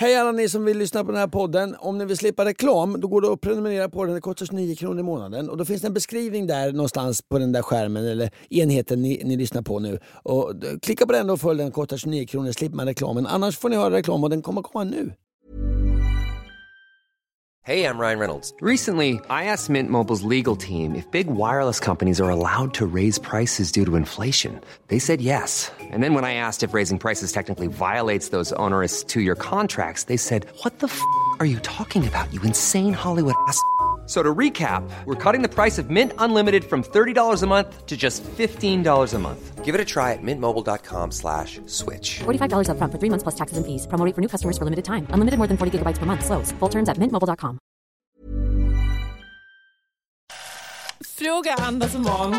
Hej alla ni som vill lyssna på den här podden. Om ni vill slippa reklam, då går det att prenumerera på den. Det kostar 9 kronor i månaden. Och då finns det en beskrivning där någonstans på den där skärmen eller enheten ni lyssnar på nu. Och klicka på den och följ den, kostar 29 kronor, slipper man reklamen. Annars får ni höra reklam och den kommer komma nu. Hey, I'm Ryan Reynolds. Recently, I asked Mint Mobile's legal team if big wireless companies are allowed to raise prices due to inflation. They said yes. And then when I asked if raising prices technically violates those onerous two-year contracts, they said, "What the f*** are you talking about, you insane Hollywood ass?" So to recap, we're cutting the price of Mint Unlimited from $30 a month to just $15 a month. Give it a try at mintmobile.com/switch. $45 up front for 3 months plus taxes and fees. Promo rate for new customers for limited time. Unlimited more than 40 gigabytes per month. Slows full terms at mintmobile.com. Fråga Anders och Måns.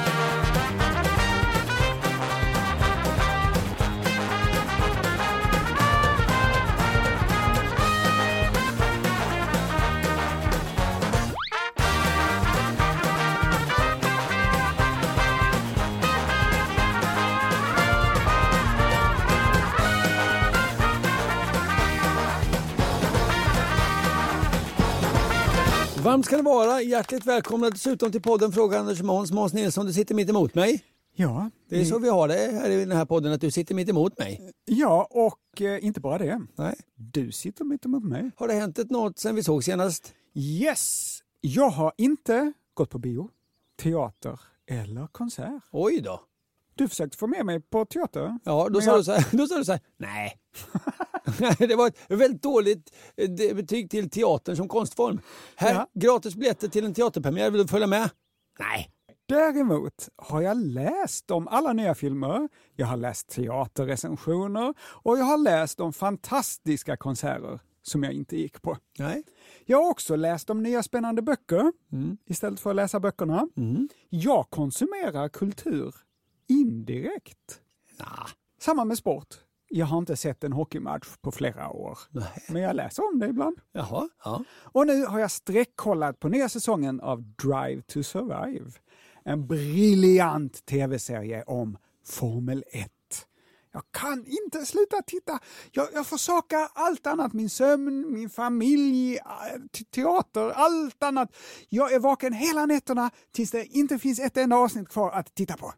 Varmt ska det vara. Hjärtligt välkomna dessutom till podden Fråga Anders och Måns. Måns Nilsson, du sitter mitt emot mig. Ja. Det är så vi har det här i den här podden, att du sitter mitt emot mig. Ja, och inte bara det. Nej. Du sitter mitt emot mig. Har det hänt något sen vi såg senast? Yes! Jag har inte gått på bio, teater eller konsert. Oj då. Du försökte få med mig på teater. Ja, då sa du så här, nej. Det var ett väldigt dåligt betyg till teatern som konstform. Här, Ja. gratis biljetter till en teaterpremiär, vill du följa med? Nej. Däremot har jag läst om alla nya filmer, jag har läst teaterrecensioner och jag har läst om fantastiska konserter som jag inte gick på. Nej. Jag har också läst om nya spännande böcker istället för att läsa böckerna. Jag konsumerar kultur indirekt. Samma med sport. Jag har inte sett en hockeymatch på flera år. Nej. Men jag läser om det ibland. Jaha, ja. Och nu har jag sträckkollat på nya säsongen av Drive to Survive. En briljant tv-serie om Formel 1. Jag kan inte sluta titta. Jag försakar allt annat. Min sömn, min familj, teater, allt annat. Jag är vaken hela nätterna tills det inte finns ett enda avsnitt kvar att titta på.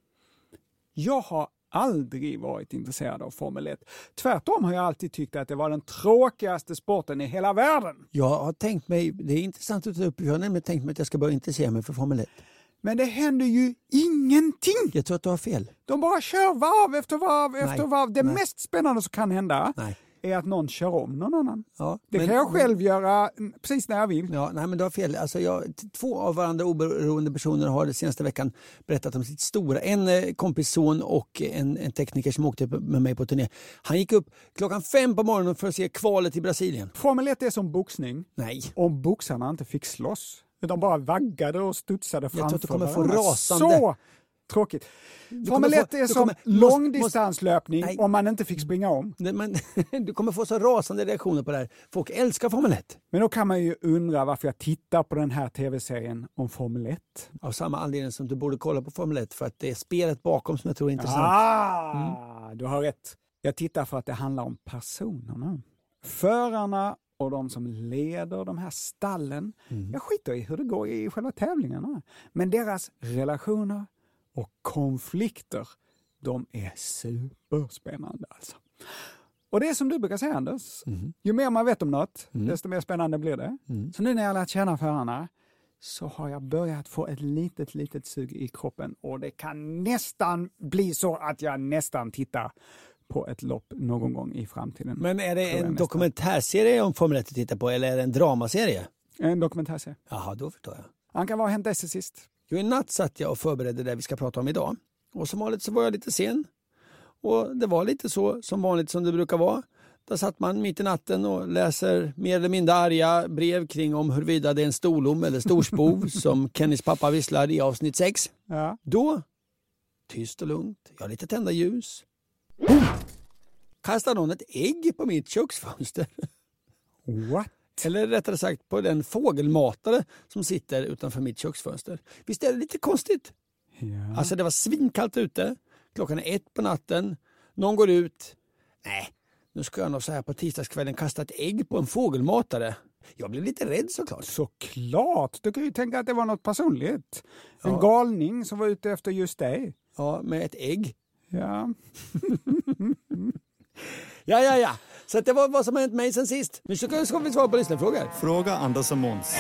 Jag har aldrig varit intresserad av Formel 1. Tvärtom har jag alltid tyckt att det var den tråkigaste sporten i hela världen. Jag har tänkt mig, det är intressant att ta upp, jag har nämligen tänkt mig att jag ska börja intressera mig för Formel 1. Men det händer ju ingenting. Jag tror att du har fel. De bara kör varv efter varv efter varv. Det Nej. mest spännande som kan hända är att någon kör om någon annan. Ja, det kan jag själv göra precis när jag vill. Ja, nej, men du har fel. Alltså två av varandra oberoende personer har den senaste veckan berättat om sitt stora. En kompisson och en tekniker som åkte med mig på turné. Han gick upp 5:00 på morgonen för att se kvalet i Brasilien. Formel 1 är som boxning. Nej. Om boxarna inte fick slåss. De bara vaggade och studsade framför. Jag tror att du kommer få varandra. rasande. Så tråkigt. Formel 1 är som långdistanslöpning om man inte fick springa om. Men du kommer få så rasande reaktioner på det här. Folk älskar Formel 1. Men då kan man ju undra varför jag tittar på den här tv-serien om Formel 1. Av samma anledning som du borde kolla på Formel 1, för att det är spelet bakom som jag tror är intressant. Du har rätt. Jag tittar för att det handlar om personerna. Förarna och de som leder de här stallen. Jag skiter i hur det går i själva tävlingarna. Men deras relationer och konflikter, de är superspännande alltså. Och det är som du brukar säga, Anders. Ju mer man vet om något, desto mer spännande blir det. Så nu när jag har lärt känna förarna så har jag börjat få ett litet sug i kroppen. Och det kan nästan bli så att jag nästan tittar på ett lopp någon gång i framtiden. Men är det en dokumentärserie om Formel 1 att titta på, eller är det en dramaserie? En dokumentärserie. Jaha, då förstår jag. Han kan vara hänt dig sist. Jo, i natt satt jag och förberedde det vi ska prata om idag. Och som vanligt så var jag lite sen. Och det var lite så som vanligt som det brukar vara. Där satt man mitt i natten och läser mer eller mindre arga brev kring om huruvida det är en stolom eller storspov som Kennys pappa visslar i avsnitt 6. Ja. Då, tyst och lugnt, jag har lite tända ljus. Kastar någon ett ägg på mitt köksfönster. What? Eller rättare sagt på den fågelmatare som sitter utanför mitt köksfönster. Visst är det lite konstigt? Ja. Alltså det var svinkallt ute. Klockan är 1 på natten. Någon går ut. Nu ska jag nog så här på tisdagskvällen kasta ett ägg på en fågelmatare. Jag blev lite rädd såklart. Såklart, du kan ju tänka att det var något personligt. En galning som var ute efter just dig. Ja, med ett ägg. Ja. Ja. Så det var vad som hänt mig sen sist. Nu ska vi svara på lyssnarfrågor. Fråga Anders och Måns.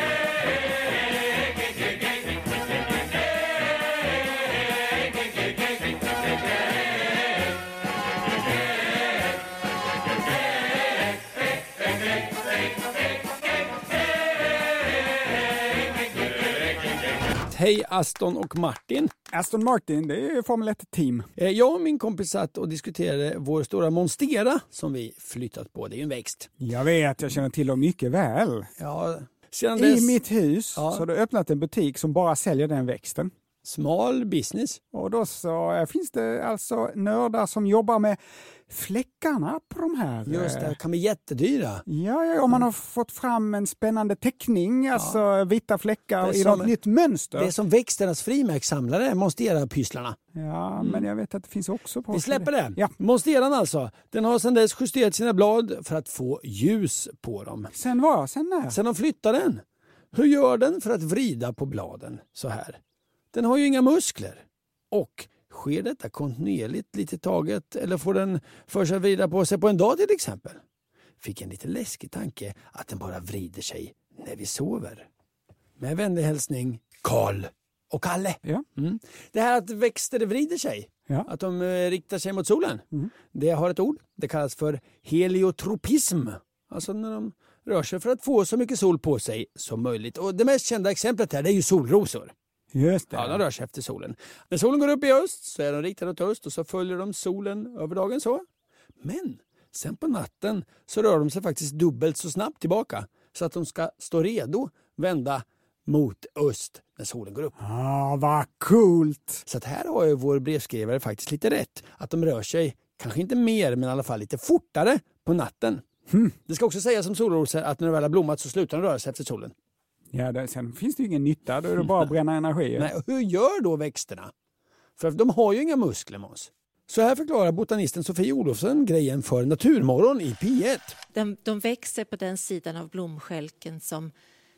Hej Aston och Martin. Aston Martin, det är Formel 1-team. Jag och min kompis satt och diskuterade vår stora Monstera som vi flyttat på. Det är ju en växt. Jag vet, jag känner till dem mycket väl. Ja, sedan dess... I mitt hus så har du öppnat en butik som bara säljer den växten. Smal business. Och då så finns det alltså nördar som jobbar med fläckarna på de här. Just det, kan bli jättedyra. Ja, om man har fått fram en spännande teckning, alltså vita fläckar i något nytt mönster. Det är som växternas frimärkssamlare, Monstera-pysslarna. Ja, men jag vet att det finns också på... Vi släpper det. Ja. Monsteran alltså, den har sedan dess justerat sina blad för att få ljus på dem. Sen vad? Sen när? Sen de flyttar den. Hur gör den för att vrida på bladen så här? Den har ju inga muskler. Och sker detta kontinuerligt lite taget eller får den för sig att vrida på sig på en dag till exempel? Fick en lite läskig tanke att den bara vrider sig när vi sover. Med vänlig hälsning, Karl och Kalle. Ja. Det här att växter vrider sig, att de riktar sig mot solen, det har ett ord. Det kallas för heliotropism. Alltså när de rör sig för att få så mycket sol på sig som möjligt. Och det mest kända exemplet här, det är ju solrosor. Just det. Ja, de rör sig efter solen. När solen går upp i öst så är de riktade åt öst och så följer de solen över dagen så. Men sen på natten så rör de sig faktiskt dubbelt så snabbt tillbaka så att de ska stå redo vända mot öst när solen går upp. Vad coolt! Så att här har ju vår brevskrivare faktiskt lite rätt. Att de rör sig, kanske inte mer men i alla fall lite fortare på natten. Det ska också sägas som solrosor att när de väl har blommat så slutar de röra sig efter solen. Ja, sen finns det ju ingen nytta, då är det bara att bränna energi. Nej, hur gör då växterna? För de har ju inga muskler, Måns. Så här förklarar botanisten Sofie Olofsson grejen för Naturmorgon i P1. De växer på den sidan av blomskälken som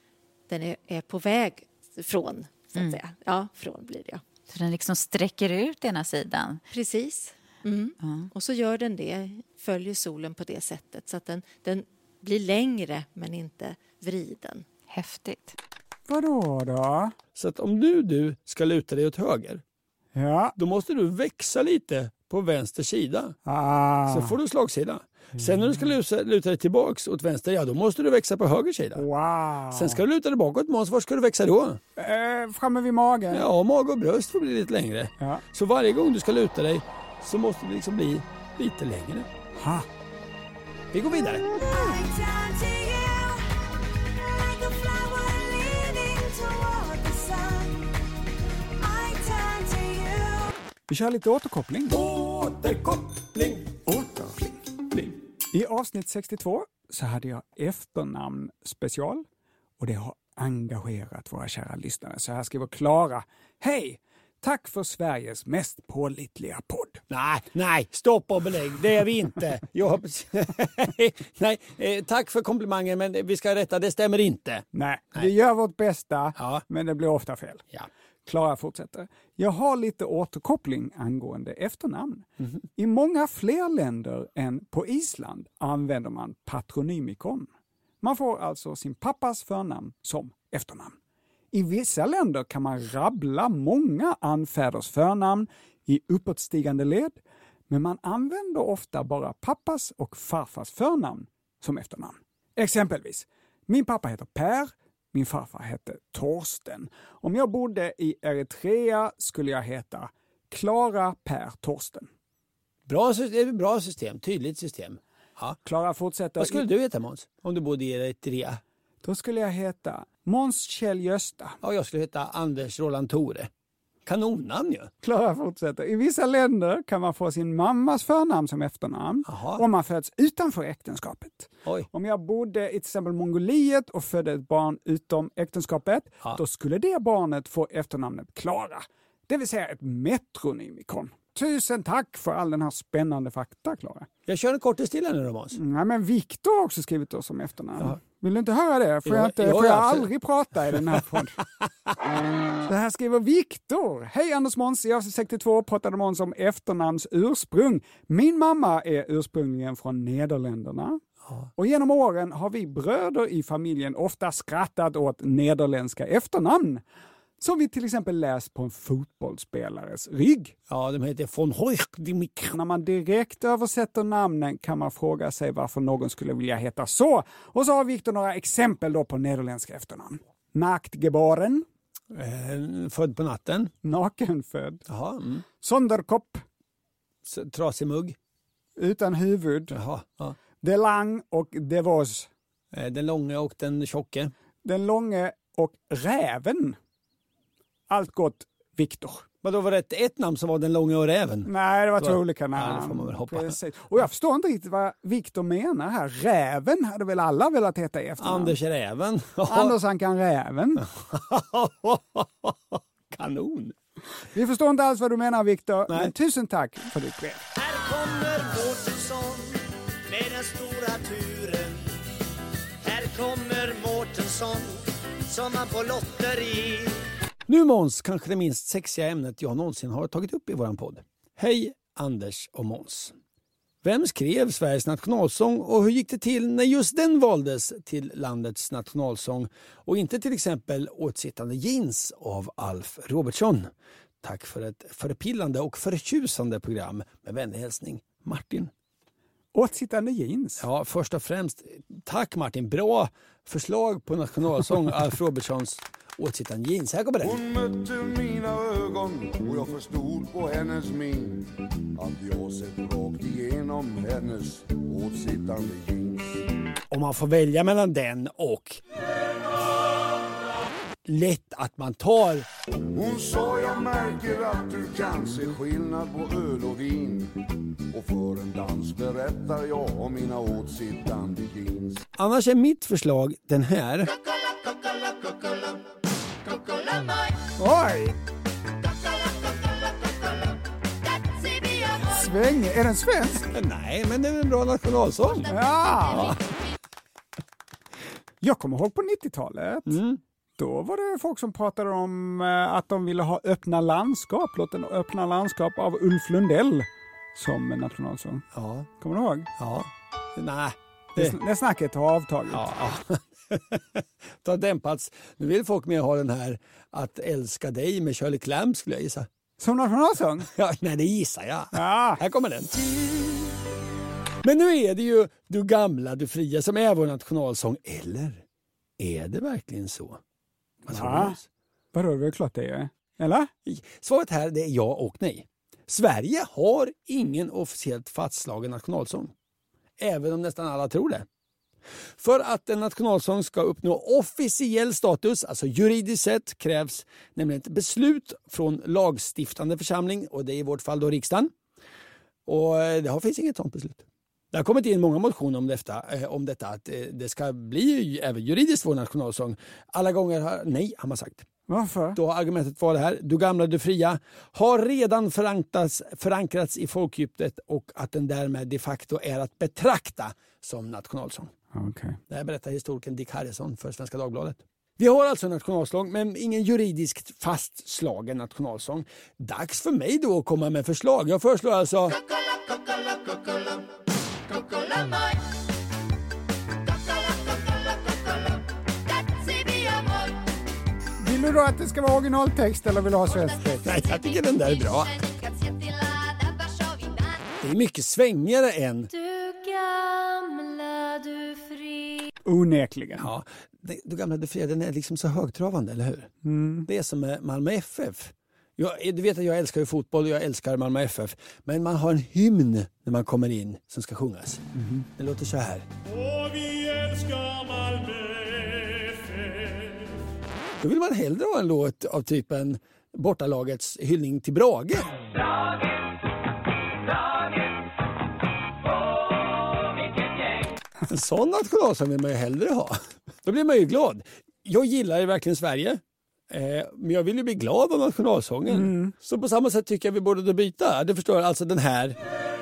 den är på väg från, så att säga. Ja, från blir det. Så den liksom sträcker ut ena sidan? Precis. Och så gör den det, följer solen på det sättet så att den blir längre men inte vriden. Häftigt. Vadå då? Så att om du ska luta dig åt höger, då måste du växa lite på vänster sida. Så får du slagsida. Sen när du ska luta dig tillbaks åt vänster, då måste du växa på höger sida. Wow. Sen ska du luta dig bakåt, Måns. Var ska du växa då? Framme vid magen. Ja, mage och bröst får bli lite längre. Ja. Så varje gång du ska luta dig så måste det liksom bli lite längre. Ha. Vi går vidare. Vi kör lite återkoppling. Återkoppling. I avsnitt 62 så hade jag efternamn special och det har engagerat våra kära lyssnare. Så här skriver Klara. Hej! Tack för Sveriges mest pålitliga podd. Nej, stopp och belägg. Det är vi inte. Tack för komplimangen, men vi ska rätta, det stämmer inte. Nej. Vi gör vårt bästa, men det blir ofta fel. Ja. Klara fortsätter. Jag har lite återkoppling angående efternamn. I många fler länder än på Island använder man patronymikon. Man får alltså sin pappas förnamn som efternamn. I vissa länder kan man rabbla många anfäders förnamn i uppåtstigande led, men man använder ofta bara pappas och farfars förnamn som efternamn. Exempelvis, min pappa heter Per, min farfar hette Torsten. Om jag bodde i Eritrea skulle jag heta Klara Per Torsten. Bra system, tydligt system. Ja. Klara fortsätter. Vad skulle du heta, Måns, om du bodde i Eritrea? Då skulle jag heta Måns Kjell Gösta. Ja, jag skulle heta Anders Roland Tore. Kanonnamn ju. Klara fortsätter. I vissa länder kan man få sin mammas förnamn som efternamn om man föds utanför äktenskapet. Oj. Om jag bodde i till exempel Mongoliet och födde ett barn utom äktenskapet, då skulle det barnet få efternamnet Klara. Det vill säga ett metronymikon. tusen tack för all den här spännande fakta, Klara. Jag kör en kort stilla nu då, Måns. Nej, men Viktor har också skrivit oss som efternamn. Ja. Vill du inte höra det? Får jag aldrig prata i den här podden? Det här skriver Viktor. Hej Anders Måns, i avsnitt 62 pratade Måns om efternamns ursprung. Min mamma är ursprungligen från Nederländerna. Ja. Och genom åren har vi bröder i familjen ofta skrattat åt nederländska efternamn. Som vi till exempel läst på en fotbollsspelares rygg. Ja, de heter von Hoich. När man direkt översätter namnen kan man fråga sig varför någon skulle vilja heta så. Och så har Viktor några exempel då på nederländska efternamn. Naktgeboren. Född på natten. Nakenfödd. Jaha. Mm. Sonderkopp. Trasig mugg. Utan huvud. Jaha. Ja. De lang och de vos. Den långa och den tjocke. Den långe och räven. Allt gott, Viktor. Men då var det ett namn som var den långa och räven? Nej, det var 2 olika namn. Ja, det får man väl hoppa. Precis. Och jag förstår inte riktigt vad Viktor menar här. Räven hade väl alla velat heta efter. Anders Räven. Anders Ankan Räven. Kanon. Vi förstår inte alls vad du menar, Viktor. Men tusen tack för ditt brev. Här kommer Mårtensson med den stora turen. Här kommer Mårtensson som man på lotteri. Nu Måns, kanske det minst sexiga ämnet jag någonsin har tagit upp i våran podd. Hej Anders och Måns. Vem skrev Sveriges nationalsång och hur gick det till när just den valdes till landets nationalsång och inte till exempel Åtsittande jeans av Alf Robertsson? Tack för ett förpillande och förtjusande program. Med vänlig hälsning, Martin. Åtsittande jeans? Ja, först och främst, tack Martin. Bra förslag på nationalsång Alf Robertsons Åtsittande jeans. Här kommer det. Hon mötte mina ögon och jag förstod på hennes min att jag sett rakt igenom hennes åtsittande jeans. Om man får välja mellan den och lätt att man tar. Hon sa jag märker att du kan se skillnad på öl och vin. Och för en dans berättar jag om mina åtsittande jeans. Annars är mitt förslag den här. Oj! Sväng, är den svensk? Nej, men det är en bra nationalsång. Ja! Jag kommer ihåg på 90-talet. Då var det folk som pratade om att de ville ha Öppna landskap. Låten Öppna landskap av Ulf Lundell som nationalsång. Ja. Kommer du ihåg? Ja. Nej. Det snacket har avtagit. Ja. Det har dämpats. Nu vill folk mer ha den här Att älska dig med Shirley Clamp, skulle jag gissa. Som nationalsång? Ja, nej, det gissar jag. Ja. Här kommer den. Men nu är det ju Du gamla, du fria som är vår nationalsång. Eller är det verkligen så? Ja. Vadå, det är väl klart det är. Eller? Svaret här det är ja och nej. Sverige har ingen officiellt fastslagen nationalsång. Även om nästan alla tror det. För att en nationalsång ska uppnå officiell status, alltså juridiskt sett, krävs nämligen ett beslut från lagstiftande församling, och det är i vårt fall då riksdagen. Och det finns inget sånt beslut. Det har kommit in många motioner om detta att det ska bli även juridiskt vår nationalsång. Alla gånger har man sagt. Varför? Då har argumentet var det här. Du gamla, du fria har redan förankrats i folkdjupet och att den därmed de facto är att betrakta som nationalsång. Okay. Det här berättar historikern Dick Harrison för Svenska Dagbladet. Vi har alltså en nationalsång men ingen juridiskt fastslagen nationalsång. Dags för mig då att komma med förslag. Jag föreslår alltså... Vill du då att det ska vara originaltext eller vill du ha svensk text? Nej, jag tycker den där är bra. Det är mycket svängigare än... Du gamla, du fri. Onekligen. Ja, Du gamla, du fria, den är liksom så högtravande, eller hur? Det är som med Malmö FF. Du vet att jag älskar ju fotboll och jag älskar Malmö FF. Men man har en hymn när man kommer in som ska sjungas. Det låter så här. Och vi älskar Malmö FF. Då vill man hellre ha en låt av typen bortalagets hyllning till Brage. En sån nationalsång vill man ju hellre ha. Då blir man ju glad. Jag gillar verkligen Sverige. Men jag vill ju bli glad av nationalsången. Så på samma sätt tycker jag vi borde byta. Du förstår, alltså den här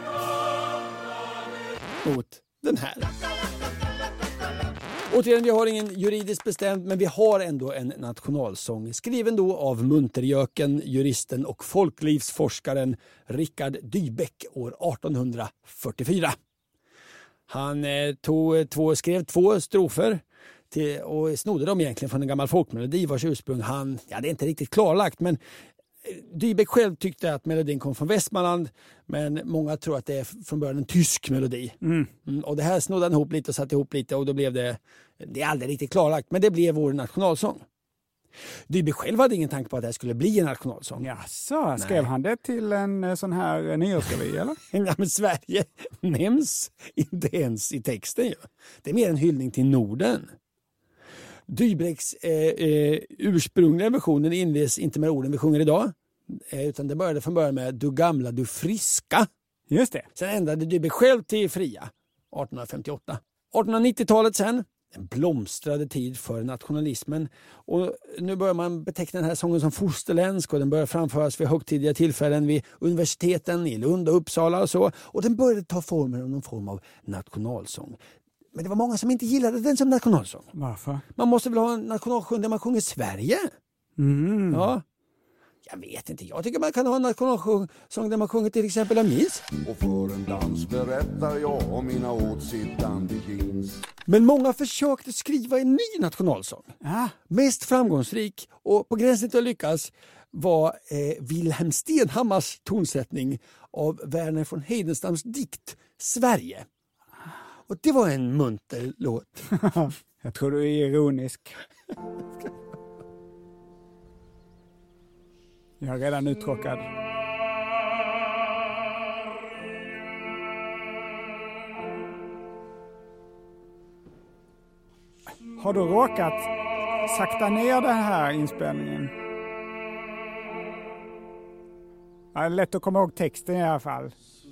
mot den här. Återigen, vi har ingen juridiskt bestämt, men vi har ändå en nationalsång skriven då av muntergöken, juristen och folklivsforskaren Richard Dybeck år 1844. Han skrev 2 strofer och snodde dem egentligen från en gammal folkmelodi vars ursprung det är inte riktigt klarlagt, men Dybeck själv tyckte att melodin kom från Västmanland, men många tror att det är från början en tysk melodi. Och det här snodde han ihop lite och satte ihop lite och då blev det är aldrig riktigt klarlagt, men det blev vår nationalsång. Dybeck själv hade ingen tanke på att det här skulle bli en nationalsång. Jaså, skrev han det till en sån här nyårsrevy eller? Ja, men Sverige nämns inte ens i texten ju. Det är mer en hyllning till Norden. Dybecks ursprungliga versionen inleds inte med orden vi sjunger idag, utan det började från början med du gamla, du friska. Just det. Sen ändrade Dybeck själv till fria 1858. 1890-talet sen, en blomstrade tid för nationalismen, och nu börjar man beteckna den här sången som fosterländsk och den börjar framföras vid högtidliga tillfällen vid universiteten i Lund och Uppsala och så, och den började ta formen av någon form av nationalsång. Men det var många som inte gillade den som nationalsång. Varför? Man måste väl ha en nationalsång där man sjunger Sverige? Ja. Jag vet inte, jag tycker man kan ha en nationalsång där man sjunger till exempel Amis. Och för en dans berättar jag om mina åtsittande jeans. Men många försökte skriva en ny nationalsång. Mest framgångsrik och på gränsen till att lyckas var Wilhelm Stenhammars tonsättning av Verner von Heidenstams dikt Sverige. Och det var en munter låt. Jag tror du är ironisk. Jag är redan uttråkad. Har du råkat sakta ner den här inspelningen? Ja, det är lätt att komma ihåg texten i alla fall.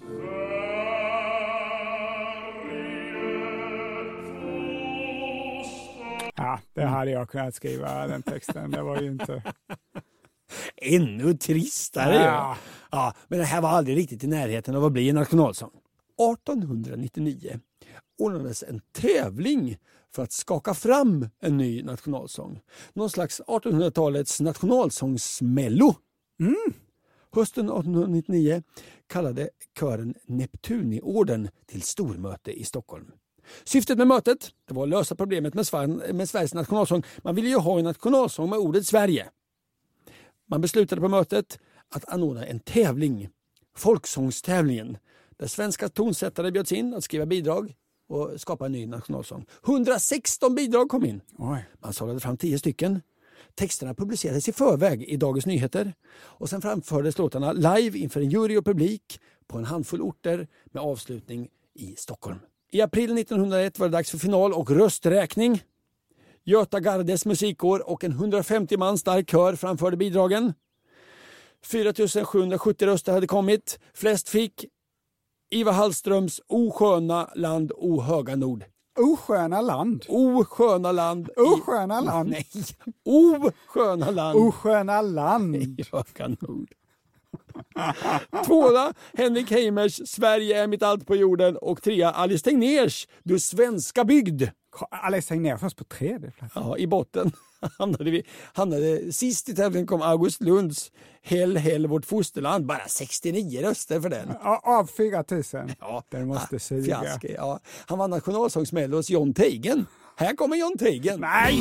Ja, det hade jag kunnat skriva, den texten. Det var ju inte... Ännu tristare. Ja, men det här var aldrig riktigt i närheten av att bli en nationalsång. 1899 ordnades en tävling för att skaka fram en ny nationalsång. Någon slags 1800-talets nationalsångsmello. Hösten 1899 kallade kören Neptuniorden till stormöte i Stockholm. Syftet med mötet var att lösa problemet med Sveriges nationalsång. Man ville ju ha en nationalsång med ordet Sverige. Man beslutade på mötet att anordna en tävling, folksångstävlingen, där svenska tonsättare bjöds in att skriva bidrag och skapa en ny nationalsång. 116 bidrag kom in. Man sållade fram 10 stycken. Texterna publicerades i förväg i Dagens Nyheter och sen framfördes låtarna live inför en jury och publik på en handfull orter med avslutning i Stockholm. I april 1901 var det dags för final och rösträkning. Göta Gardes musikkår och en 150 man stark kör framförde bidragen. 4770 röster hade kommit. Flest fick Ivar Hallströms O sköna land, O höga nord. O sköna land? O sköna land. O sköna land? Nej, O sköna land. O sköna land. I höga nord. Tvåa Henrik Heimers Sverige är mitt allt på jorden och trea Alice Tegnérs Du svenska bygd. Alice Tegnér först på 3:e plats. Ja, i botten hamnade sist i tävlingen kom August Lunds Hell vårt fosterland, bara 69 röster för den. Av 4000. Ja, den måste suga. Fiaske, ja. Han var nationalsångsmäll hos John Teigen. Här kommer John Teigen. Nej!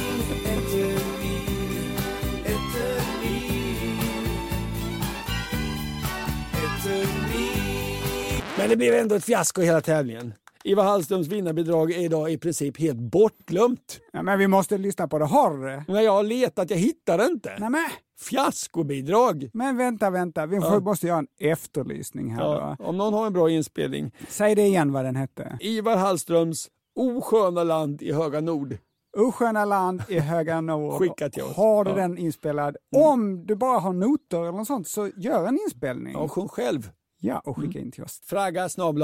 Men det blev ändå ett fiasko i hela tävlingen. Ivar Hallströms vinnarbidrag är idag i princip helt bortglömt. Ja, men vi måste lyssna på det. Har du det? Men jag har letat, jag hittar det inte. Nej. Fiaskobidrag. Men vänta. Vi måste göra en efterlysning här. Ja, om någon har en bra inspelning. Säg det igen vad den hette. Ivar Hallströms O sköna land i höga nord. O sköna land i höga nord. Skicka till oss. Har du den inspelad? Om du bara har noter eller något sånt så gör en inspelning. Ja, sjung själv. Ja, och skicka in till oss.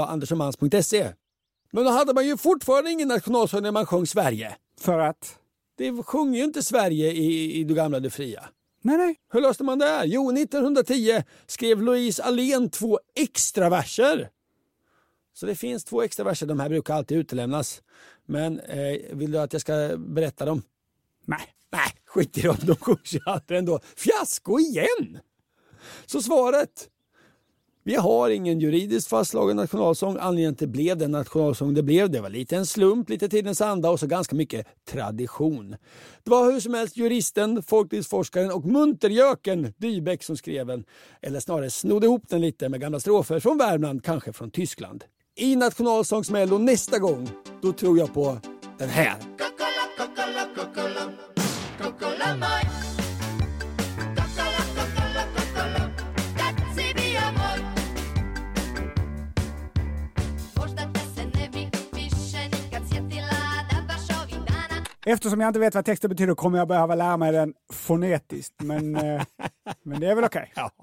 fraga@andersomans.se. Men då hade man ju fortfarande ingen nationalsång när man sjöng Sverige. För att? Det sjunger ju inte Sverige i Du gamla, du fria. Nej. Hur löste man det här? Jo, 1910 skrev Louise Allén 2 extra verser. Så det finns 2 extra verser, de här brukar alltid utelämnas. Men vill du att jag ska berätta dem? Nej, skit i dem, de sjungs ju aldrig ändå. Fiasko igen! Så svaret: vi har ingen juridiskt fastslagen nationalsång. Anledningen till det blev den nationalsång det blev. Det var lite en slump, lite tidens anda och så ganska mycket tradition. Det var hur som helst juristen, folklivsforskaren och munterjöken Dybeck som skrev den. Eller snarare snodde ihop den lite med gamla strofer från Värmland, kanske från Tyskland. I nationalsångsmello nästa gång, då tror jag på den här. Eftersom jag inte vet vad texten betyder kommer jag behöva lära mig den fonetiskt. Men det är väl okej. Ja.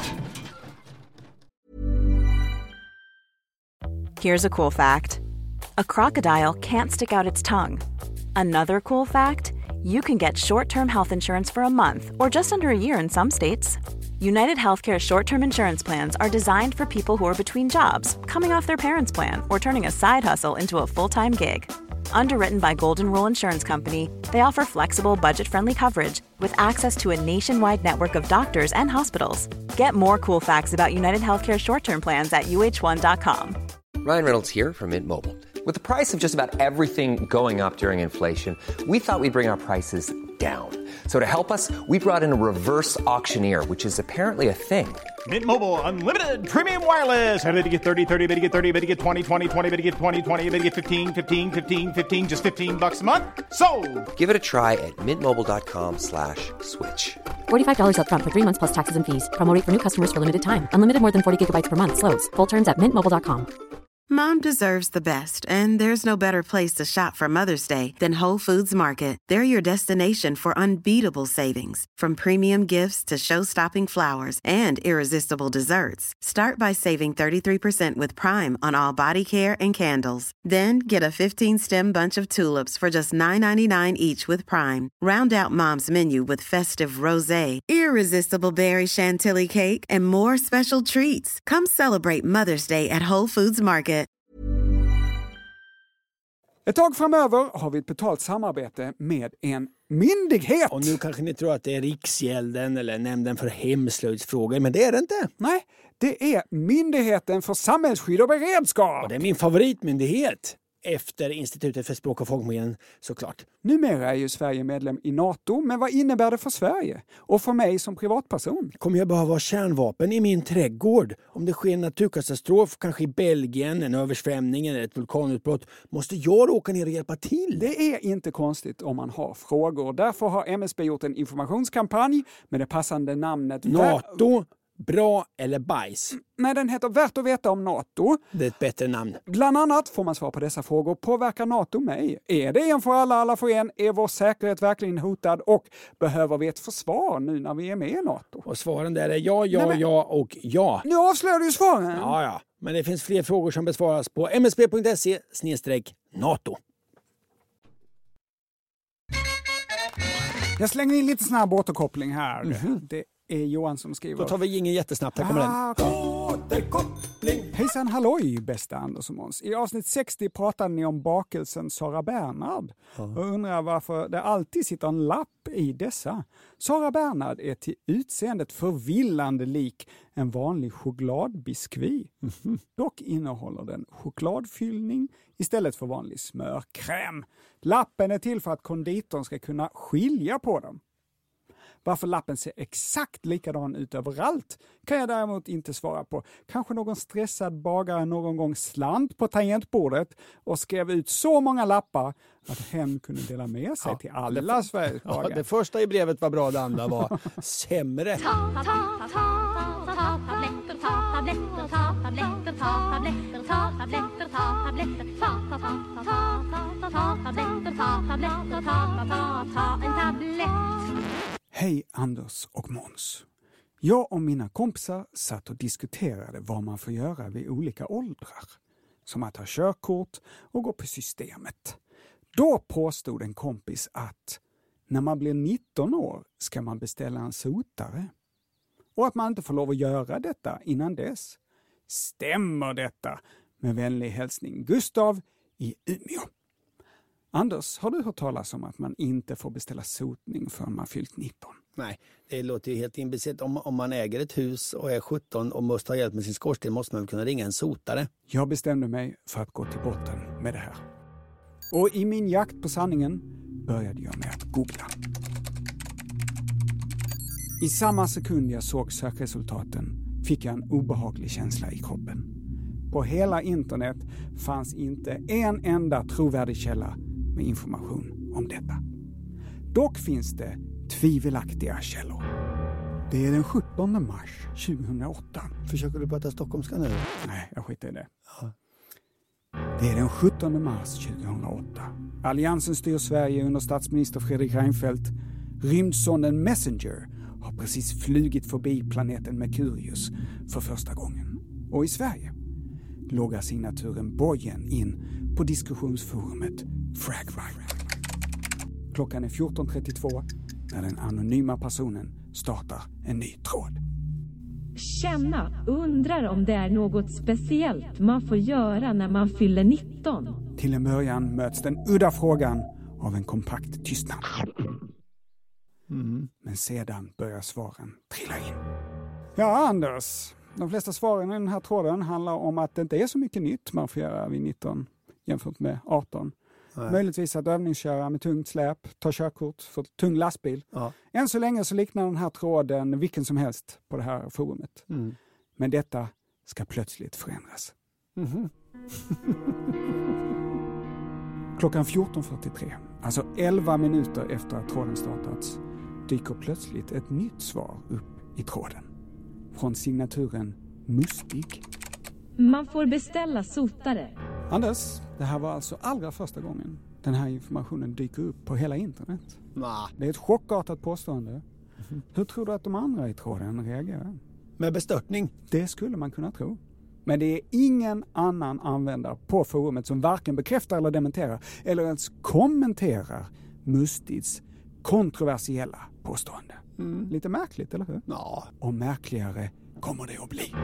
Here's a cool fact. A crocodile can't stick out its tongue. Another cool fact, you can get short-term health insurance for a month or just under a year in some states. United Healthcare short-term insurance plans are designed for people who are between jobs, coming off their parents' plan, or turning a side hustle into a full-time gig. Underwritten by Golden Rule Insurance Company, they offer flexible, budget-friendly coverage with access to a nationwide network of doctors and hospitals. Get more cool facts about United Healthcare short-term plans at uh1.com. Ryan Reynolds here from Mint Mobile. With the price of just about everything going up during inflation, we thought we'd bring our prices down. So to help us, we brought in a reverse auctioneer, which is apparently a thing. Mint Mobile Unlimited Premium Wireless. How to get 30, 30, how to get 30, how to get 20, 20, 20, how to get 20, 20, how to get 15, 15, 15, 15, just $15 a month? Sold! Give it a try at mintmobile.com/switch. $45 up front for 3 months plus taxes and fees. Promo rate for new customers for limited time. Unlimited more than 40 gigabytes per month. Slows full terms at mintmobile.com. Mom deserves the best, and there's no better place to shop for Mother's Day than Whole Foods Market. They're your destination for unbeatable savings, from premium gifts to show-stopping flowers and irresistible desserts. Start by saving 33% with Prime on all body care and candles. Then get a 15-stem bunch of tulips for just $9.99 each with Prime. Round out Mom's menu with festive rosé, irresistible berry chantilly cake, and more special treats. Come celebrate Mother's Day at Whole Foods Market. Ett tag framöver har vi ett betalt samarbete med en myndighet. Och nu kanske ni tror att det är Riksgälden eller Nämnden för hemslöjdsfrågor, men det är det inte. Nej, det är Myndigheten för samhällsskydd och beredskap. Och det är min favoritmyndighet. Efter Institutet för språk och folkminnen, såklart. Numera är ju Sverige medlem i NATO, men vad innebär det för Sverige? Och för mig som privatperson? Kommer jag behöva ha kärnvapen i min trädgård? Om det sker en naturkatastrof, kanske i Belgien, en översvämning eller ett vulkanutbrott, måste jag åka ner och hjälpa till? Det är inte konstigt om man har frågor. Därför har MSB gjort en informationskampanj med det passande namnet NATO. Bra eller bajs? Nej, den heter Värt att veta om NATO. Det är ett bättre namn. Bland annat får man svar på dessa frågor. Påverkar NATO mig? Är det en för alla, alla för en? Är vår säkerhet verkligen hotad? Och behöver vi ett försvar nu när vi är med i NATO? Och svaren där är ja, ja och ja. Nu avslöjar du svaren. Ja. Men det finns fler frågor som besvaras på msb.se/NATO. Jag slänger in lite snabb återkoppling här. Det är Johan som skriver. Då tar vi ingen jättesnabbt. Här kommer den. Återkoppling. Hejsan halloj, bästa Anders och Måns. I avsnitt 60 pratade ni om bakelsen Sara Bernhard. Och undrar varför det alltid sitter en lapp i dessa. Sara Bernhard är till utseendet förvillande lik en vanlig chokladbiskvi. Dock innehåller den chokladfyllning istället för vanlig smörkräm. Lappen är till för att konditorn ska kunna skilja på dem. Varför lappen ser exakt likadan ut överallt kan jag däremot inte svara på. Kanske någon stressad bagare någon gång slant på tangentbordet och skrev ut så många lappar att hen kunde dela med sig till alla Sveriges bagare. Ja, det första i brevet var bra, det andra var sämre. Hej Anders och Måns. Jag och mina kompisar satt och diskuterade vad man får göra vid olika åldrar. Som att ha körkort och gå på systemet. Då påstod en kompis att när man blir 19 år ska man beställa en sotare. Och att man inte får lov att göra detta innan dess. Stämmer detta? Med vänlig hälsning Gustav i Umeå. Anders, har du hört talas om att man inte får beställa sotning förrän man fyllt 19? Nej, det låter ju helt imbecillt. Om man äger ett hus och är 17 och måste ha hjälp med sin skorsten måste man kunna ringa en sotare. Jag bestämde mig för att gå till botten med det här. Och i min jakt på sanningen började jag med att googla. I samma sekund jag såg sökresultaten fick jag en obehaglig känsla i kroppen. På hela internet fanns inte en enda trovärdig källa med information om detta. Dock finns det tvivelaktiga källor. Det är den 17 mars 2008. Försöker du prata stockholmska nu? Nej, jag skiter i det. Ja. Det är den 17 mars 2008. Alliansen styr Sverige under statsminister Fredrik Reinfeldt. Rymdsonden Messenger har precis flugit förbi planeten Merkurius för första gången. Och i Sverige loggar signaturen Bojen in på diskussionsforumet Fragbite. Klockan är 14.32 när den anonyma personen startar en ny tråd. Känna, undrar om det är något speciellt man får göra när man fyller 19. Till en början möts den udda frågan av en kompakt tystnad. Men sedan börjar svaren trilla in. Ja, Anders. De flesta svaren i den här tråden handlar om att det inte är så mycket nytt man får göra vid 19 jämfört med 18. Nej. Möjligtvis att övningsköra med tungt släp, ta körkort för tung lastbil. Ja. Än så länge så liknar den här tråden vilken som helst på det här forumet. Men detta ska plötsligt förändras. Klockan 14.43, alltså 11 minuter efter att tråden startats, dyker plötsligt ett nytt svar upp i tråden. Från signaturen Mustig. Man får beställa sotare. Anders, det här var alltså allra första gången den här informationen dyker upp på hela internet. Det är ett chockartat påstående. Hur tror du att de andra i tråden reagerar? Med bestörtning. Det skulle man kunna tro. Men det är ingen annan användare på forumet som varken bekräftar eller dementerar eller ens kommenterar Mustids kontroversiella påstående. Lite märkligt, eller hur? Ja. Och märkligare kommer det att bli.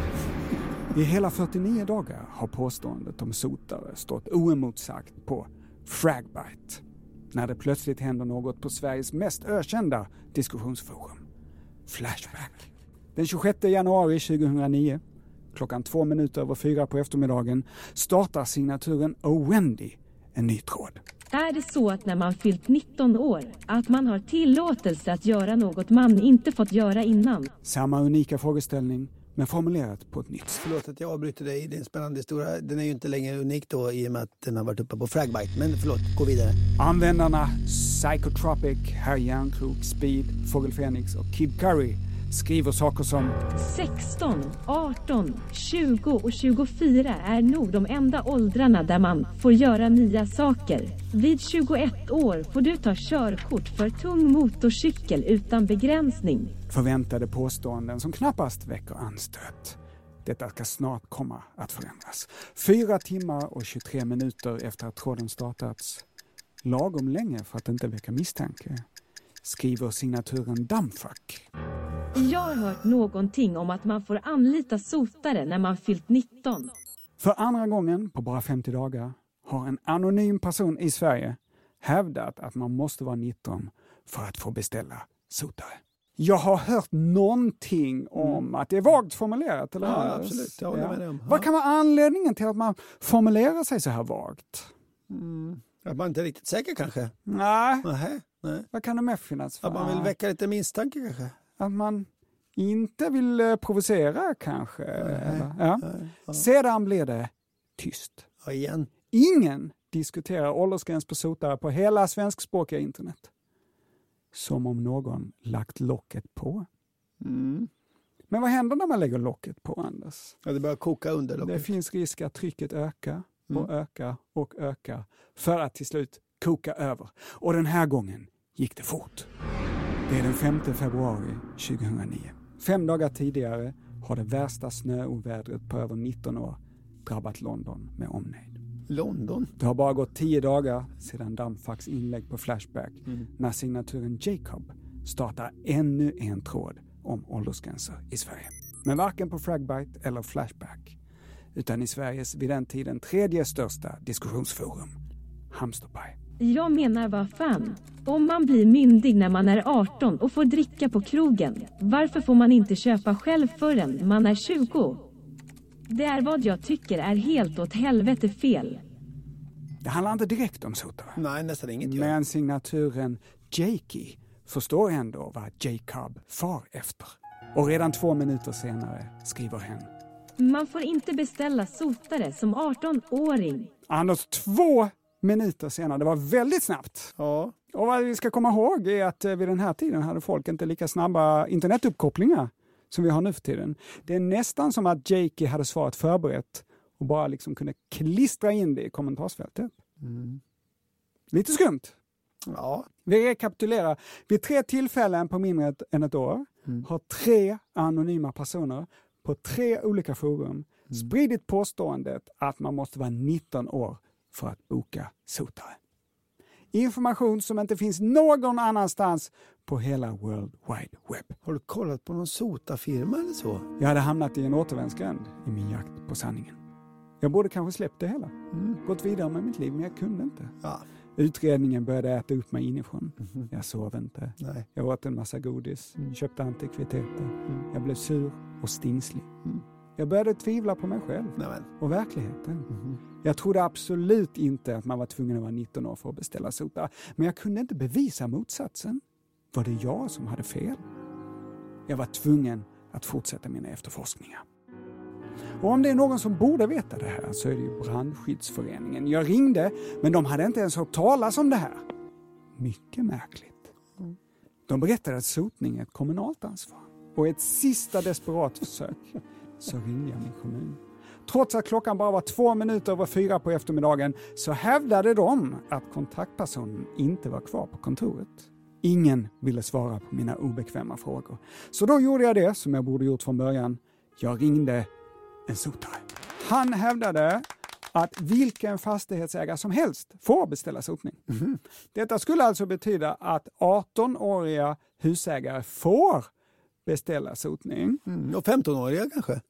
I hela 49 dagar har påståendet om sotare stått oemotsagt på Fragbite. När det plötsligt händer något på Sveriges mest ökända diskussionsforum. Flashback. Den 26 januari 2009, klockan 2:02 på eftermiddagen, startar signaturen Wendy en ny tråd. Är det så att när man fyllt 19 år att man har tillåtelse att göra något man inte fått göra innan? Samma unika frågeställning, men formulerat på ett nytt. Förlåt att jag avbryter dig, det är en spännande historia. Den är ju inte längre unik då i och med att den har varit uppe på Fragbite. Men förlåt, gå vidare. Användarna Psychotropic, Herr Järnkrok, Speed, Fågel Fenix och Kid Curry skriver saker som 16, 18, 20 och 24 är nog de enda åldrarna där man får göra nya saker. Vid 21 år får du ta körkort för tung motorcykel utan begränsning. Förväntade påståenden som knappast väcker anstöt. Detta ska snart komma att förändras. 4 timmar och 23 minuter efter att tråden startats, lagom länge för att inte väcka misstanke, skriver signaturen Dumbfuck. Jag har hört någonting om att man får anlita sotare när man fyllt 19. För andra gången på bara 50 dagar har en anonym person i Sverige hävdat att man måste vara 19 för att få beställa sotare. Jag har hört någonting om att det är vagt formulerat, eller hur? Ja, absolut. Jag håller med dig om. Vad kan vara anledningen till att man formulerar sig så här vagt? Att man inte är riktigt säker kanske? Nej. Nej. Vad kan det med finnas för? Att man vill väcka lite misstanke kanske? Att man inte vill provocera kanske. Ja. Sedan blir det tyst. Ja, igen. Ingen diskuterar åldersgräns på sotare på hela svenskspråkiga internet. Som om någon lagt locket på. Men vad händer när man lägger locket på, Anders? Ja, det börjar koka under locket. Det finns risk att trycket ökar och ökar och ökar för att till slut koka över. Och den här gången gick det fort. Det är den 5 februari 2009. 5 dagar tidigare har det värsta snöovädret på över 19 år drabbat London med omnejd. London? Det har bara gått 10 dagar sedan Dampfacks inlägg på Flashback när signaturen Jacob startar ännu en tråd om åldersgränser i Sverige. Men varken på Fragbite eller Flashback, utan i Sveriges vid den tiden 3:e största diskussionsforum, Hamsterpaj. Jag menar vad fan. Om man blir myndig när man är 18 och får dricka på krogen, varför får man inte köpa själv förrän man är 20? Det är vad jag tycker är helt åt helvete fel. Det handlar inte direkt om sotare. Nej, nästan inget. Men signaturen Jakey förstår ändå vad Jacob far efter. Och redan 2 minuter senare skriver hen: Man får inte beställa sotare som 18-åring. Anders, 2 minuter senare, det var väldigt snabbt. Ja. Och vad vi ska komma ihåg är att vid den här tiden hade folk inte lika snabba internetuppkopplingar som vi har nu för tiden. Det är nästan som att Jakey hade svarat förberett och bara liksom kunde klistra in det i kommentarsfältet. Lite skumt. Ja. Vi rekapitulerar. Vid 3 tillfällen på mindre än ett år har 3 anonyma personer på 3 olika forum spridit påståendet att man måste vara 19 år för att boka sotare. Information som inte finns någon annanstans på hela World Wide Web. Har du kollat på någon sotafirma eller så? Jag hade hamnat i en återvändsgränd i min jakt på sanningen. Jag borde kanske släppt det hela. Gått vidare med mitt liv, men jag kunde inte. Ja. Utredningen började äta upp mig inifrån. Jag sov inte. Nej. Jag åt en massa godis. Köpte antikviteter. Jag blev sur och stingslig. Jag började tvivla på mig själv. Och verkligheten. Jag trodde absolut inte att man var tvungen att vara 19 år för att beställa sotare. Men jag kunde inte bevisa motsatsen. Var det jag som hade fel? Jag var tvungen att fortsätta mina efterforskningar. Och om det är någon som borde veta det här så är det ju Brandskyddsföreningen. Jag ringde, men de hade inte ens hört talas om det här. Mycket märkligt. De berättade att sotning är ett kommunalt ansvar. Och ett sista desperat försök så ringde jag min kommun. Trots att klockan bara var 2 minuter över 4 på eftermiddagen så hävdade de att kontaktpersonen inte var kvar på kontoret. Ingen ville svara på mina obekväma frågor. Så då gjorde jag det som jag borde gjort från början. Jag ringde en sotare. Han hävdade att vilken fastighetsägare som helst får beställa sotning. Detta skulle alltså betyda att 18-åriga husägare får beställa sotning. Och 15-åriga kanske?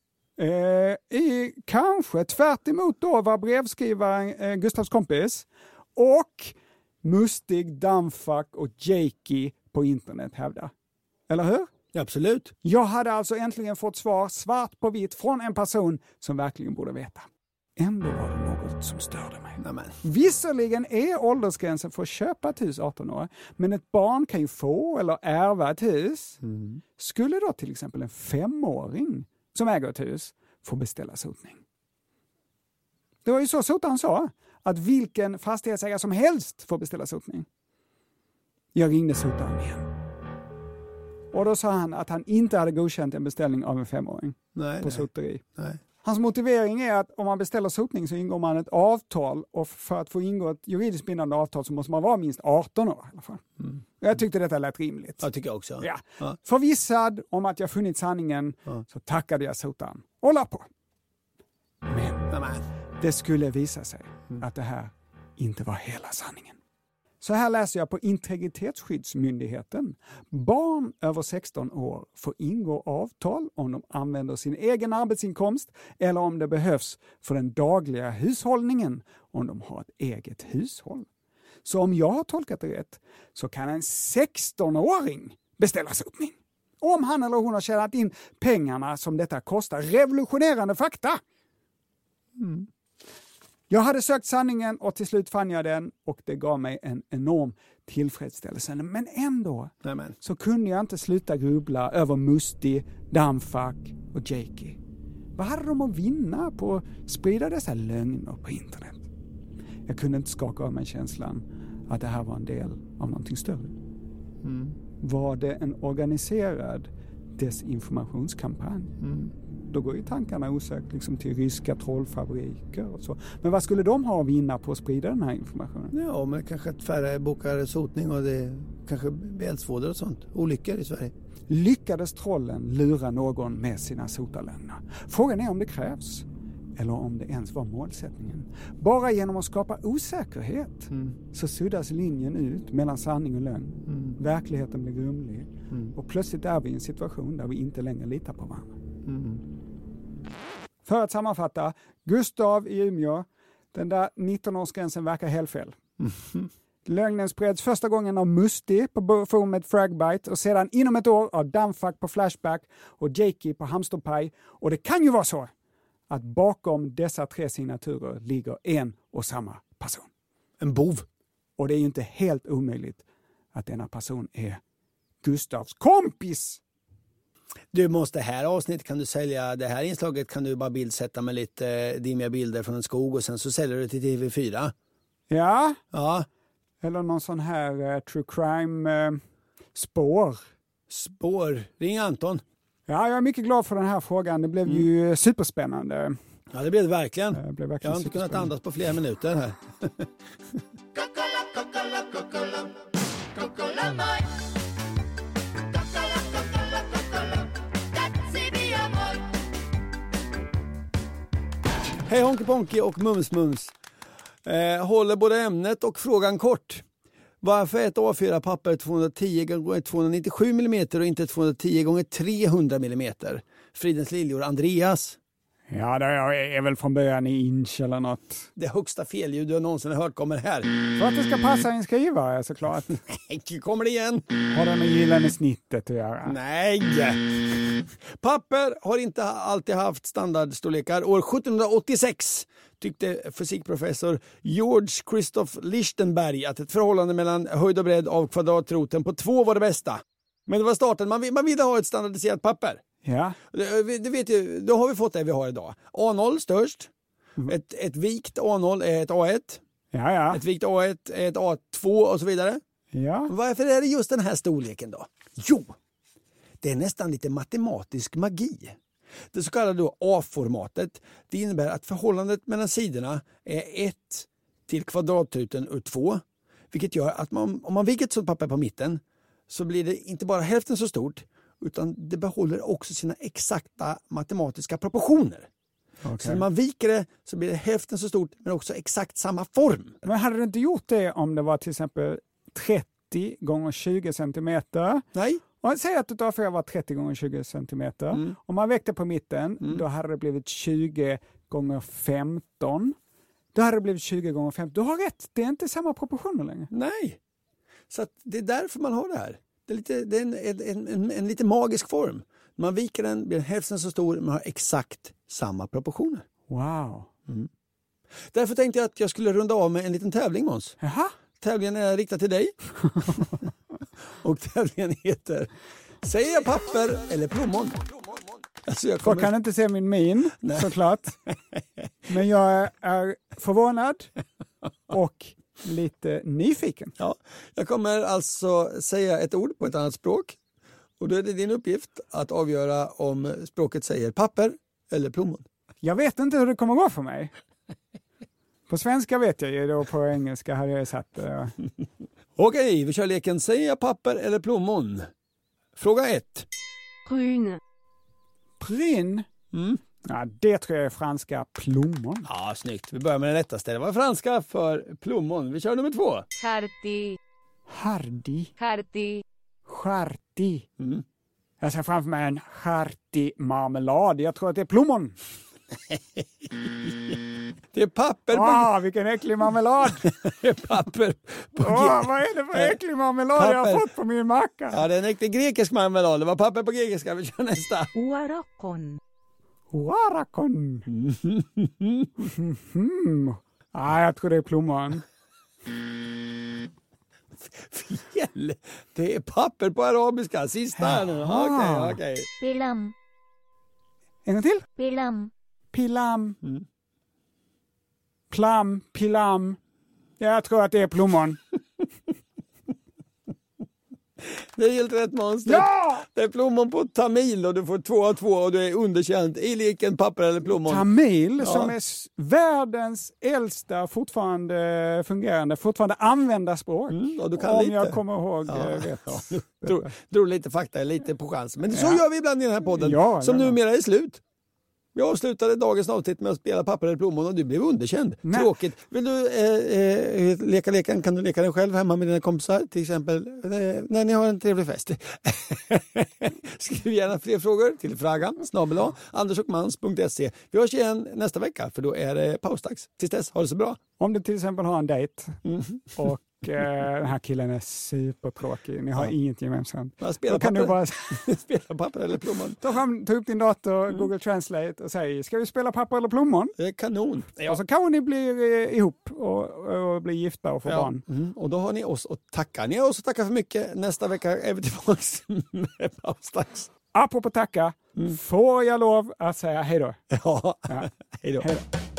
Kanske tvärt emot då var brevskrivaren Gustavs kompis och Mustig, Dampfack och Jakey på internet hävdar. Eller hur? Ja, absolut. Jag hade alltså äntligen fått svar svart på vitt från en person som verkligen borde veta. Ändå var det något som störde mig. Nämen. Visserligen är åldersgränsen för att köpa ett hus 18 år, men ett barn kan ju få eller ärva ett hus. Skulle då till exempel en 5-åring som äger ett hus få beställa sotning? Det var ju så sotaren sa, att vilken fastighetsägare som helst får beställa sotning. Jag ringde sotaren igen. Och då sa han att han inte hade godkänt en beställning av en 5-åring på soteri. Nej. Hans motivering är att om man beställer sotning så ingår man ett avtal, och för att få ingå ett juridiskt bindande avtal så måste man vara minst 18 år i alla fall. Jag tyckte detta lät rimligt. Jag tycker också. Ja. Förvissad om att jag funnit sanningen så tackade jag sotaren och la på. Men det skulle visa sig att det här inte var hela sanningen. Så här läser jag på Integritetsskyddsmyndigheten. Barn över 16 år får ingå avtal om de använder sin egen arbetsinkomst eller om det behövs för den dagliga hushållningen om de har ett eget hushåll. Så om jag har tolkat det rätt så kan en 16-åring beställa sotning. Om han eller hon har tjänat in pengarna som detta kostar. Revolutionerande fakta! Jag hade sökt sanningen och till slut fann jag den och det gav mig en enorm tillfredsställelse. Men ändå så kunde jag inte sluta grubbla över Mustig, Dampfack och Jakey. Vad hade de att vinna på att sprida dessa lögner på internet? Jag kunde inte skaka av mig känslan att det här var en del av någonting större. Var det en organiserad desinformationskampanj? Då går ju tankarna osökt liksom till ryska trollfabriker och så. Men vad skulle de ha att vinna på att sprida den här informationen? Ja, men kanske att färre bokar sotning och det kanske eldsvådor och sånt. Olyckor i Sverige. Lyckades trollen lura någon med sina sotarlögner? Frågan är om det krävs. eller om det ens var målsättningen. Bara genom att skapa osäkerhet så suddas linjen ut mellan sanning och lögn. Verkligheten blir grumlig och plötsligt är vi i en situation där vi inte längre litar på varandra. För att sammanfatta, Gustav i Umeå, den där 19-årsgränsen verkar helt fel. Lögnen spreds första gången av Musti på forumet Fragbite och sedan inom ett år av Dumbfuck på Flashback och Jakey på Hamsterpaj. Och det kan ju vara så att bakom dessa 3 signaturer ligger en och samma person. En bov. Och det är ju inte helt omöjligt att denna person är Gustavs kompis. Du måste här avsnitt kan du sälja, det här inslaget kan du bara bildsätta med lite dimmiga bilder från en skog och sen så säljer du till TV4. Ja. Ja. Eller någon sån här true crime spår. Spår. Ring Anton. Ja, jag är mycket glad för den här frågan. Det blev ju superspännande. Ja, det blev det verkligen. Jag har inte kunnat andas på flera minuter här. Hej Honky Ponky och Mums Mums. Håller både ämnet och frågan kort. Varför är ett A4-papper 210 x 297 mm och inte 210 x 300 mm? Fridens liljor Andreas. Ja, det är väl från början i inch eller något. Det högsta felljud du någonsin har hört kommer här. För att det ska passa en skrivare såklart. Nej, kommer det igen. Har det med gyllene snittet att göra? Nej. Papper har inte alltid haft standardstorlekar. År 1786 tyckte fysikprofessor George Christoph Lichtenberg att ett förhållande mellan höjd och bredd av kvadratroten på 2 var det bästa. Men det var starten. Man ville ha ett standardiserat papper. Ja. Du vet ju, då har vi fått det vi har idag. A0 störst. Ett vikt A0 är ett A1. Ja. Ett vikt A1 är ett A2 och så vidare. Ja. Varför är det just den här storleken då? Jo, det är nästan lite matematisk magi. Det så kallade då A-formatet, det innebär att förhållandet mellan sidorna är 1 till kvadratruten ur 2. Vilket gör att om man viker ett sådant papper på mitten så blir det inte bara hälften så stort utan det behåller också sina exakta matematiska proportioner. Okay. Så när man viker det så blir det hälften så stort men också exakt samma form. Men hade du inte gjort det om det var till exempel 30 gånger 20 centimeter? Nej. Och säg att ett A4 var 30 gånger 20 centimeter. Om man väckte på mitten då hade det blivit 20 gånger 15. Då hade det blivit 20 gånger 15. Du har rätt, det är inte samma proportioner längre. Nej, så att det är därför man har det här. Det är en lite magisk form. Man viker den, blir hälften så stor, men har exakt samma proportioner. Wow. Därför tänkte jag att jag skulle runda av med en liten tävling, Måns. Jaha. Tävlingen är riktad till dig. Och tävlingen heter Säger jag papper eller plommon? Alltså jag kan inte se min min, såklart. Men jag är förvånad och lite nyfiken. Ja, jag kommer alltså säga ett ord på ett annat språk. Och då är det din uppgift att avgöra om språket säger papper eller plommon. Jag vet inte hur det kommer gå för mig. På svenska vet jag ju, då på engelska hade jag satt det. Okej, vi kör leken Säger jag papper eller plommon? Fråga 1. Prune. Pryn? Ja, det tror jag är franska plommon. Ja, snyggt. Vi börjar med det lättaste. Det var franska för plommon. Vi kör nummer 2. Hardy. Hardy? Hardy. Charti. Jag ser framför mig en charti marmelad. Jag tror att det är plommon. Det är papper på... vilken äcklig marmelad. Det är papper på... vad är det för äcklig marmelad jag har fått på min macka? Ja, det är en äcklig grekisk marmelad. Det var papper på grekiska. Vi kör nästa. Warakon. Warakon. Jag tror det är plommon. Fel. Det är papper på arabiska. Sista här nu. Okej. Pilam. En gång till. Pilam. Pilam. Plam. Pilam. Jag tror att det är plommon. Det är helt rätt, Måns. Ja! Det är plommon på tamil och du får 2 av 2 och du är underkänd i leken papper eller plommon. Tamil som är världens äldsta fortfarande fungerande, fortfarande använda språk. Och du kan om lite. Jag kommer ihåg drog lite fakta, lite på chans. Men så gör vi ibland i den här podden som numera är slut. Vi avslutade dagens avsnitt med att spela papper eller plommon och du blev underkänd. Nej. Tråkigt. Vill du leka leken? Kan du leka den själv hemma med dina kompisar? Till exempel när ni har en trevlig fest. Skriv gärna fler frågor till fragan@andersochmans.se. Vi hörs igen nästa vecka för då är det pausdags. Tills dess, ha det så bra. Om du till exempel har en dejt och den här killen är supertråkig, ni har inget gemensamt. Då kan du bara spela papper eller plommon. Ta upp din dator, Google Translate och säg, ska vi spela papper eller plommon? Det är kanon. Ja. Och så kanske ni blir ihop och blir gifta och får barn. Och då har ni oss att tacka. Ni har oss att tacka för mycket. Nästa vecka är vi tillbaka med pausdags. Apropå tacka, får jag lov att säga hej då? Ja. Hej då.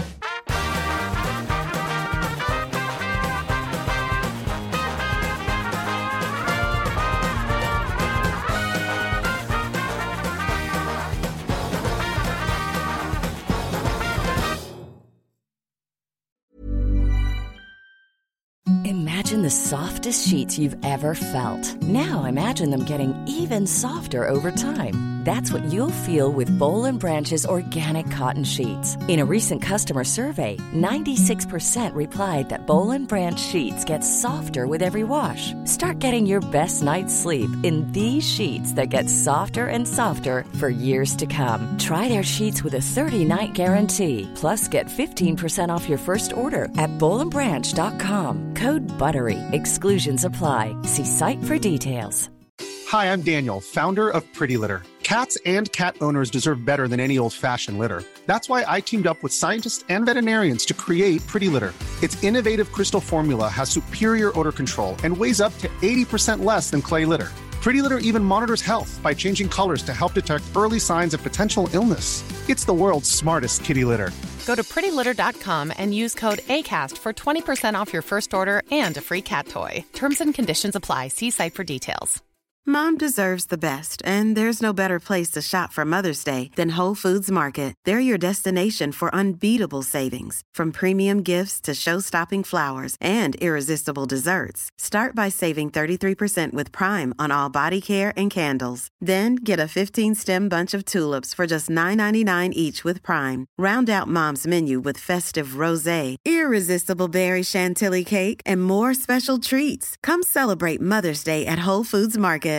Imagine the softest sheets you've ever felt. Now imagine them getting even softer over time. That's what you'll feel with Boll & Branch's organic cotton sheets. In a recent customer survey, 96% replied that Boll & Branch sheets get softer with every wash. Start getting your best night's sleep in these sheets that get softer and softer for years to come. Try their sheets with a 30-night guarantee. Plus, get 15% off your first order at bollandbranch.com. Code BUTTERY. Exclusions apply. See site for details. Hi, I'm Daniel, founder of Pretty Litter. Cats and cat owners deserve better than any old-fashioned litter. That's why I teamed up with scientists and veterinarians to create Pretty Litter. Its innovative crystal formula has superior odor control and weighs up to 80% less than clay litter. Pretty Litter even monitors health by changing colors to help detect early signs of potential illness. It's the world's smartest kitty litter. Go to prettylitter.com and use code ACAST for 20% off your first order and a free cat toy. Terms and conditions apply. See site for details. Mom deserves the best, and there's no better place to shop for Mother's Day than Whole Foods Market. They're your destination for unbeatable savings, from premium gifts to show-stopping flowers and irresistible desserts. Start by saving 33% with Prime on all body care and candles. Then get a 15-stem bunch of tulips for just $9.99 each with Prime. Round out Mom's menu with festive rosé, irresistible berry chantilly cake, and more special treats. Come celebrate Mother's Day at Whole Foods Market